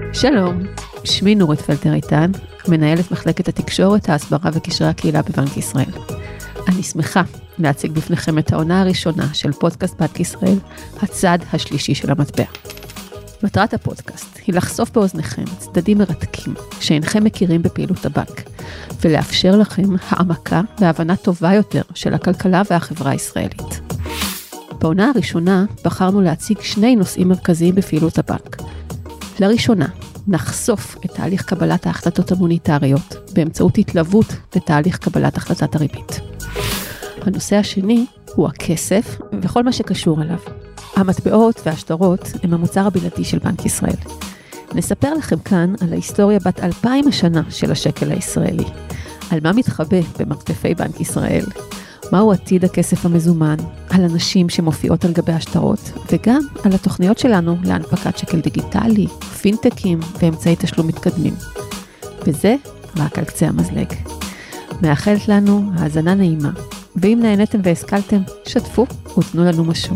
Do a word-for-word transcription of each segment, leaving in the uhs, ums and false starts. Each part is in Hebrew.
שלום, שמי נורית פלטר איתן, מנהלת מחלקת התקשורת, ההסברה וקשרי הקהילה בבנק ישראל. אני שמחה להציג בפניכם את העונה הראשונה של פודקאסט בנק ישראל, הצד השלישי של המטבע. מטרת הפודקאסט היא לחשוף באוזניכם צדדים מרתקים שאינכם מכירים בפעילות הבנק, ולאפשר לכם העמקה והבנה טובה יותר של הכלכלה והחברה הישראלית. בעונה הראשונה בחרנו להציג שני נושאים מרכזיים בפעילות הבנק. לראשונה, נחשוף את תהליך קבלת ההחלטות המוניטריות באמצעות התלוות לתהליך קבלת החלטת הריבית. הנושא השני הוא הכסף וכל מה שקשור אליו. המטבעות והשטרות הם המוצר הבלעדי של בנק ישראל. נספר לכם כאן על ההיסטוריה בת אלפיים השנה של השקל הישראלי, על מה מתחבא במרתפי בנק ישראל, מהו עתיד הכסף המזומן, על אנשים שמופיעות על גבי השטרות, וגם על התוכניות שלנו להנפקת שקל דיגיטלי, פינטקים ואמצעי תשלום מתקדמים. וזה רק על קצה המזלג. מאחלת לנו האזנה נעימה, ואם נהניתם והשכלתם, שתפו ותנו לנו משהו.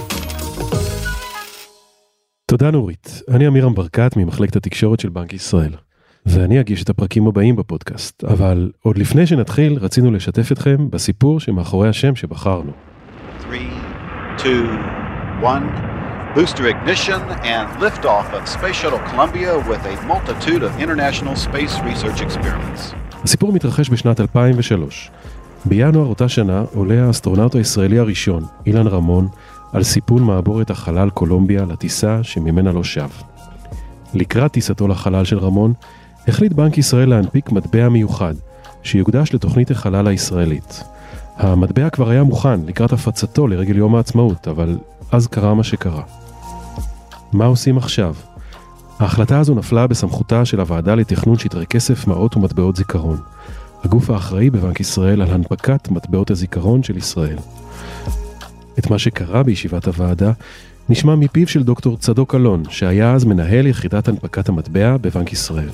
תודה נורית, אני אמירם ברקת ממחלקת התקשורת של בנק ישראל, ואני אגיש את הפרקים הבאים בפודקאסט, אבל עוד לפני שנתחיל רצינו לשתף אתכם בסיפור שמאחורי השם שבחרנו. three, two, one, booster ignition and liftoff of Space Shuttle Columbia with a multitude of international space research experiments. הסיפור מתרחש בשנת אלפיים ושלוש. בינואר אותה שנה עולה האסטרונאוט הישראלי הראשון, אילן רמון, על סיפון מעבורת החלל קולומביה לטיסה שממנה לא שב. לקראת טיסתו לחלל של רמון, החליט בנק ישראל להנפיק מטבע מיוחד, שיוקדש לתוכנית החלל הישראלית. המטבע כבר היה מוכן לקראת הפצתו לרגל יום העצמאות, אבל אז קרה מה שקרה. מה עושים עכשיו? ההחלטה הזו נפלה בסמכותה של הוועדה לתכנון שטרי כסף, מעות ומטבעות זיכרון, הגוף האחראי בבנק ישראל על הנפקת מטבעות הזיכרון של ישראל. את מה שקרה בישיבת הוועדה נשמע מפיו של דוקטור צדוק אלון, שהיה אז מנהל יחידת הנפקת המטבע בבנק ישראל.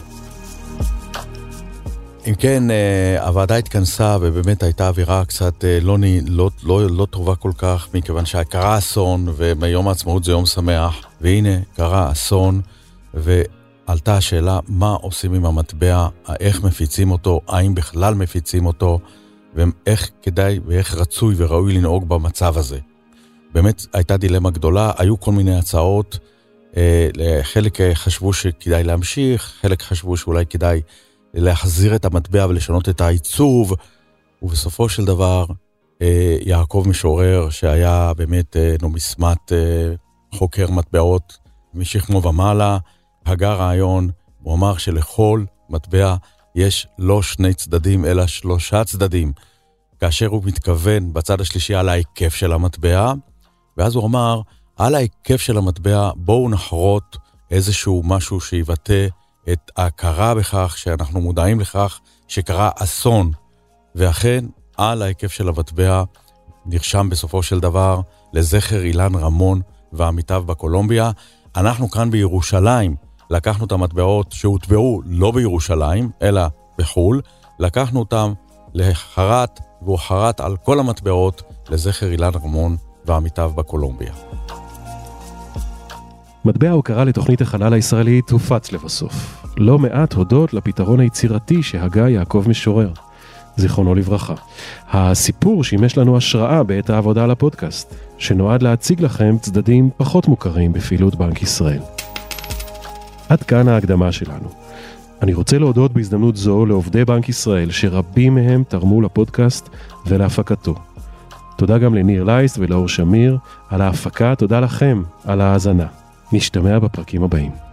אם כן, הוועדה התכנסה ובאמת הייתה אווירה קצת לא, לא, לא, לא טובה כל כך, מכיוון שקרה אסון, וביום העצמאות זה יום שמח, והנה קרה אסון, ועלתה השאלה מה עושים עם המטבע, איך מפיצים אותו, האם בכלל מפיצים אותו, ואיך כדאי ואיך רצוי וראוי לנהוג במצב הזה. באמת הייתה דילמה גדולה, היו כל מיני הצעות, חלק חשבו שכדאי להמשיך, חלק חשבו שאולי כדאי להחזיר את המטבע ולשנות את העיצוב, ובסופו של דבר יעקב משורר, שהיה באמת נומיסמט חוקר מטבעות משכמו ומעלה, הגה רעיון, הוא אמר שלכל מטבע יש לא שני צדדים אלא שלושה צדדים, כאשר הוא מתכוון בצד השלישי על ההיקף של המטבע, ואז הוא אמר, על ההיקף של המטבע בואו נחרות איזשהו משהו שיבטא את ההכרה בכך שאנחנו מודעים לכך שקרה אסון, ואכן על ההיקף של המטבע נרשם בסופו של דבר לזכר אילן רמון ועמיתיו בקולומביה. אנחנו כאן בירושלים לקחנו את המטבעות שהוטבעו לא בירושלים אלא בחול, לקחנו אותם לחרת והוא חרת על כל המטבעות לזכר אילן רמון ועמיתיו בקולומביה. מטבע ההוקרה לתוכנית החלל הישראלית הופץ לבסוף, לא מעט הודות לפתרון היצירתי שהגה יעקב משורר, זיכרונו לברכה. הסיפור שימש לנו השראה בעת העבודה על הפודקאסט, שנועד להציג לכם צדדים פחות מוכרים בפעילות בנק ישראל. עד כאן ההקדמה שלנו. אני רוצה להודות בהזדמנות זו לעובדי בנק ישראל, שרבים מהם תרמו לפודקאסט ולהפקתו. תודה גם לניר לייס ולאור שמיר על ההפקה, תודה לכם על ההאזנה. נשתמע בפרקים הבאים.